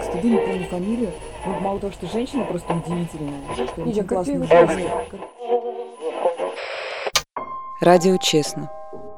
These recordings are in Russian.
стыду, не помню фамилию. Но мало того, что женщина просто удивительная. Что Я очень классно копирую. сделала. Радио «Честно».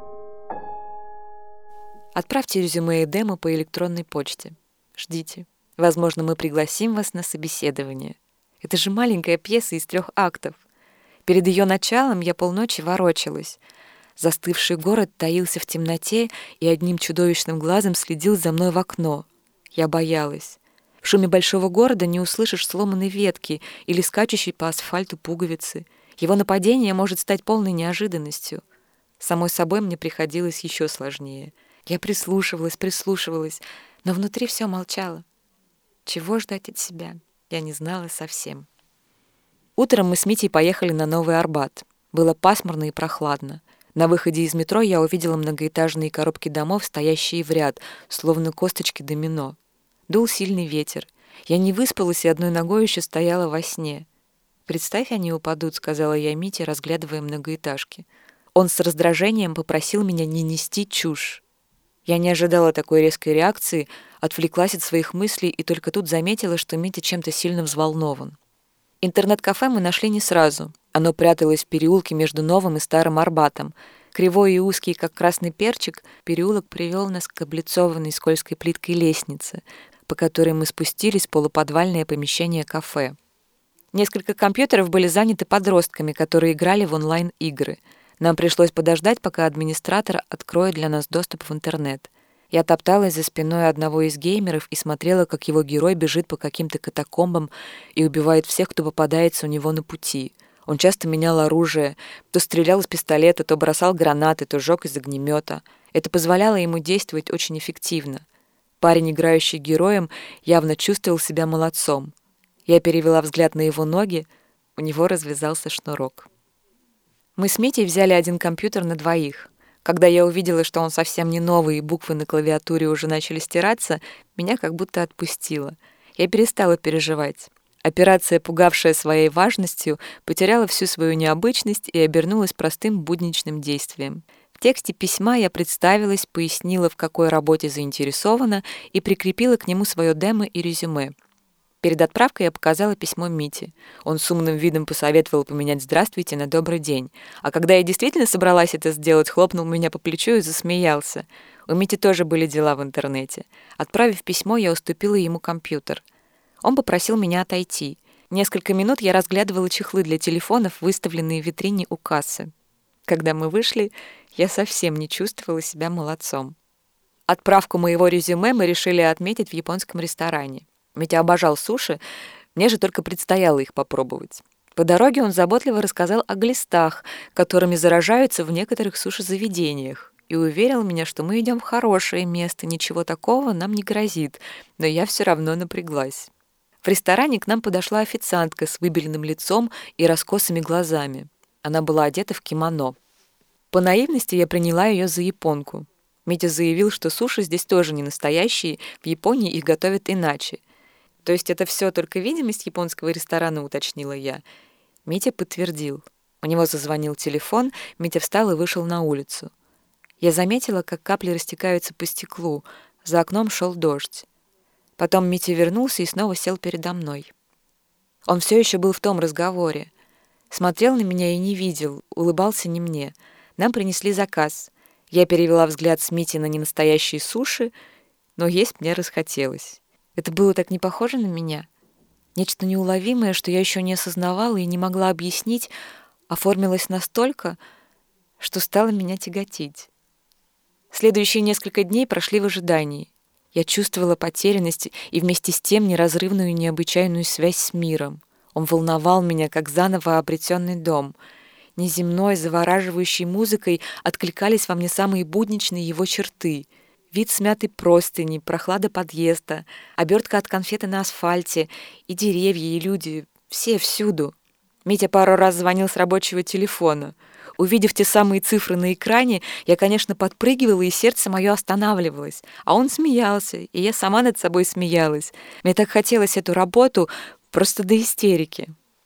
Отправьте резюме и демо по электронной почте. Ждите. Возможно, мы пригласим вас на собеседование. Это же маленькая пьеса из 3 актов. Перед ее началом я полночи ворочалась. Застывший город таился в темноте и одним чудовищным глазом следил за мной в окно. Я боялась. В шуме большого города не услышишь сломанной ветки или скачущей по асфальту пуговицы. Его нападение может стать полной неожиданностью. Самой собой мне приходилось еще сложнее. Я прислушивалась, но внутри все молчало. Чего ждать от себя, я не знала совсем. Утром мы с Митей поехали на Новый Арбат. Было пасмурно и прохладно. На выходе из метро я увидела многоэтажные коробки домов, стоящие в ряд, словно косточки домино. Дул сильный ветер. Я не выспалась и одной ногой еще стояла во сне. «Представь, они упадут», — сказала я Мите, разглядывая многоэтажки. Он с раздражением попросил меня не нести чушь. Я не ожидала такой резкой реакции, отвлеклась от своих мыслей и только тут заметила, что Митя чем-то сильно взволнован. Интернет-кафе мы нашли не сразу. Оно пряталось в переулке между Новым и Старым Арбатом. Кривой и узкий, как красный перчик, переулок привел нас к облицованной скользкой плиткой лестнице, по которой мы спустились в полуподвальное помещение кафе. Несколько компьютеров были заняты подростками, которые играли в онлайн-игры. Нам пришлось подождать, пока администратор откроет для нас доступ в интернет. Я топталась за спиной одного из геймеров и смотрела, как его герой бежит по каким-то катакомбам и убивает всех, кто попадается у него на пути. Он часто менял оружие, то стрелял из пистолета, то бросал гранаты, то жёг из огнемета. Это позволяло ему действовать очень эффективно. Парень, играющий героем, явно чувствовал себя молодцом. Я перевела взгляд на его ноги, у него развязался шнурок. Мы с Митей взяли один компьютер на 2. Когда я увидела, что он совсем не новый и буквы на клавиатуре уже начали стираться, меня как будто отпустило. Я перестала переживать. Операция, пугавшая своей важностью, потеряла всю свою необычность и обернулась простым будничным действием. В тексте письма я представилась, пояснила, в какой работе заинтересована, и прикрепила к нему свое демо и резюме. Перед отправкой я показала письмо Мите. Он с умным видом посоветовал поменять «здравствуйте» на «добрый день». А когда я действительно собралась это сделать, хлопнул меня по плечу и засмеялся. У Мити тоже были дела в интернете. Отправив письмо, я уступила ему компьютер. Он попросил меня отойти. Несколько минут я разглядывала чехлы для телефонов, выставленные в витрине у кассы. Когда мы вышли, я совсем не чувствовала себя молодцом. Отправку моего резюме мы решили отметить в японском ресторане. Митя обожал суши, мне же только предстояло их попробовать. По дороге он заботливо рассказал о глистах, которыми заражаются в некоторых суши-заведениях, и уверил меня, что мы идем в хорошее место, ничего такого нам не грозит, но я все равно напряглась. В ресторане к нам подошла официантка с выбеленным лицом и раскосыми глазами. Она была одета в кимоно. По наивности я приняла ее за японку. Митя заявил, что суши здесь тоже не настоящие, в Японии их готовят иначе. То есть это все только видимость японского ресторана, уточнила я. Митя подтвердил. У него зазвонил телефон, Митя встал и вышел на улицу. Я заметила, как капли растекаются по стеклу. За окном шел дождь. Потом Митя вернулся и снова сел передо мной. Он все еще был в том разговоре. Смотрел на меня и не видел, улыбался не мне. Нам принесли заказ. Я перевела взгляд с Мити на ненастоящие суши, но есть мне расхотелось. Это было так не похоже на меня. Нечто неуловимое, что я еще не осознавала и не могла объяснить, оформилось настолько, что стало меня тяготить. Следующие несколько дней прошли в ожидании. Я чувствовала потерянность и вместе с тем неразрывную и необычайную связь с миром. Он волновал меня, как заново обретенный дом. Неземной, завораживающей музыкой откликались во мне самые будничные его черты — вид смятой простыни, прохлада подъезда, обертка от конфеты на асфальте, и деревья, и люди, все всюду. Митя пару раз звонил с рабочего телефона. Увидев те самые цифры на экране, я, конечно, подпрыгивала, и сердце мое останавливалось. А он смеялся, и я сама над собой смеялась. Мне так хотелось эту работу просто до истерики.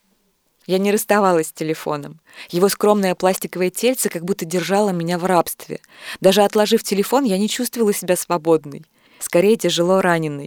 Я не расставалась с телефоном. Его скромное пластиковое тельце как будто держало меня в рабстве. Даже отложив телефон, я не чувствовала себя свободной. Скорее, тяжело раненой.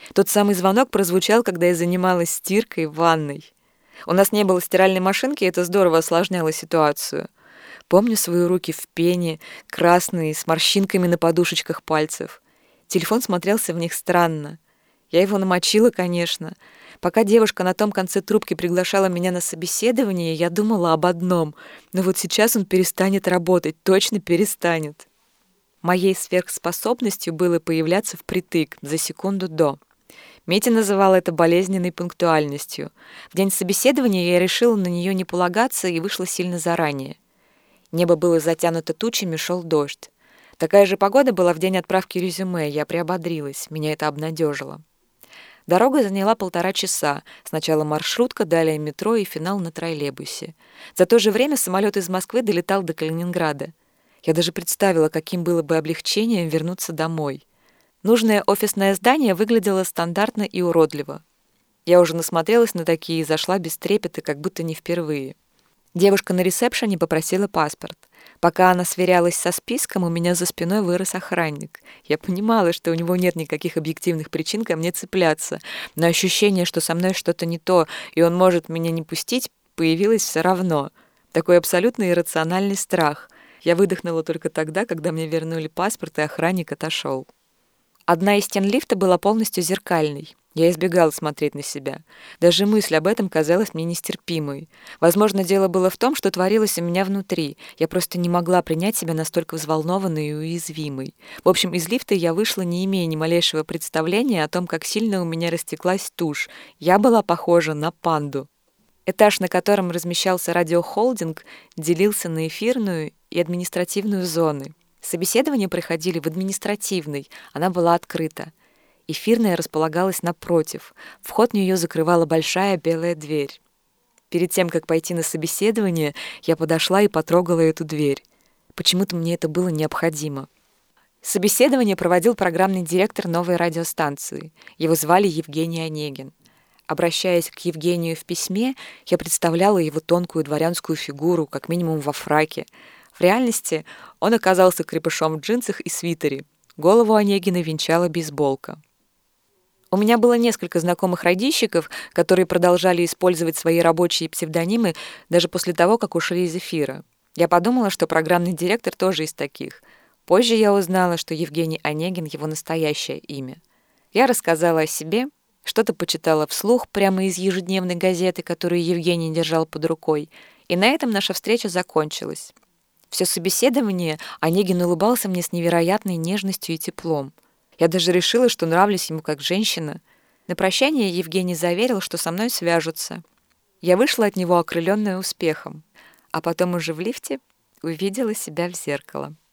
Тот самый звонок прозвучал, когда я занималась стиркой в ванной. У нас не было стиральной машинки, и это здорово осложняло ситуацию. Помню свои руки в пене, красные, с морщинками на подушечках пальцев. Телефон смотрелся в них странно. Я его намочила, конечно. Пока девушка на том конце трубки приглашала меня на собеседование, я думала об одном. Но вот сейчас он перестанет работать, точно перестанет. Моей сверхспособностью было появляться впритык, за секунду до. Митя называл это болезненной пунктуальностью. В день собеседования я решила на нее не полагаться и вышла сильно заранее. Небо было затянуто тучами, шел дождь. Такая же погода была в день отправки резюме, я приободрилась, меня это обнадежило. Дорога заняла 1,5 часа. Сначала маршрутка, далее метро и финал на троллейбусе. За то же время самолет из Москвы долетал до Калининграда. Я даже представила, каким было бы облегчением вернуться домой. Нужное офисное здание выглядело стандартно и уродливо. Я уже насмотрелась на такие и зашла без трепета, как будто не впервые. Девушка на ресепшене попросила паспорт. Пока она сверялась со списком, у меня за спиной вырос охранник. Я понимала, что у него нет никаких объективных причин ко мне цепляться, но ощущение, что со мной что-то не то, и он может меня не пустить, появилось все равно. Такой абсолютно иррациональный страх. Я выдохнула только тогда, когда мне вернули паспорт, и охранник отошел. Одна из стен лифта была полностью зеркальной. Я избегала смотреть на себя. Даже мысль об этом казалась мне нестерпимой. Возможно, дело было в том, что творилось у меня внутри. Я просто не могла принять себя настолько взволнованной и уязвимой. В общем, из лифта я вышла, не имея ни малейшего представления о том, как сильно у меня растеклась тушь. Я была похожа на панду. Этаж, на котором размещался радиохолдинг, делился на эфирную и административную зоны. Собеседования проходили в административной, она была открыта. Эфирная располагалась напротив. Вход в нее закрывала большая белая дверь. Перед тем, как пойти на собеседование, я подошла и потрогала эту дверь. Почему-то мне это было необходимо. Собеседование проводил программный директор новой радиостанции. Его звали Евгений Онегин. Обращаясь к Евгению в письме, я представляла его тонкую дворянскую фигуру, как минимум во фраке. В реальности он оказался крепышом в джинсах и свитере. Голову Онегина венчала бейсболка. У меня было несколько знакомых радищиков, которые продолжали использовать свои рабочие псевдонимы даже после того, как ушли из эфира. Я подумала, что программный директор тоже из таких. Позже я узнала, что Евгений Онегин — его настоящее имя. Я рассказала о себе, что-то почитала вслух прямо из ежедневной газеты, которую Евгений держал под рукой, и на этом наша встреча закончилась. Все собеседование Онегин улыбался мне с невероятной нежностью и теплом. Я даже решила, что нравлюсь ему как женщина. На прощание Евгений заверил, что со мной свяжутся. Я вышла от него окрыленная успехом, а потом уже в лифте увидела себя в зеркало.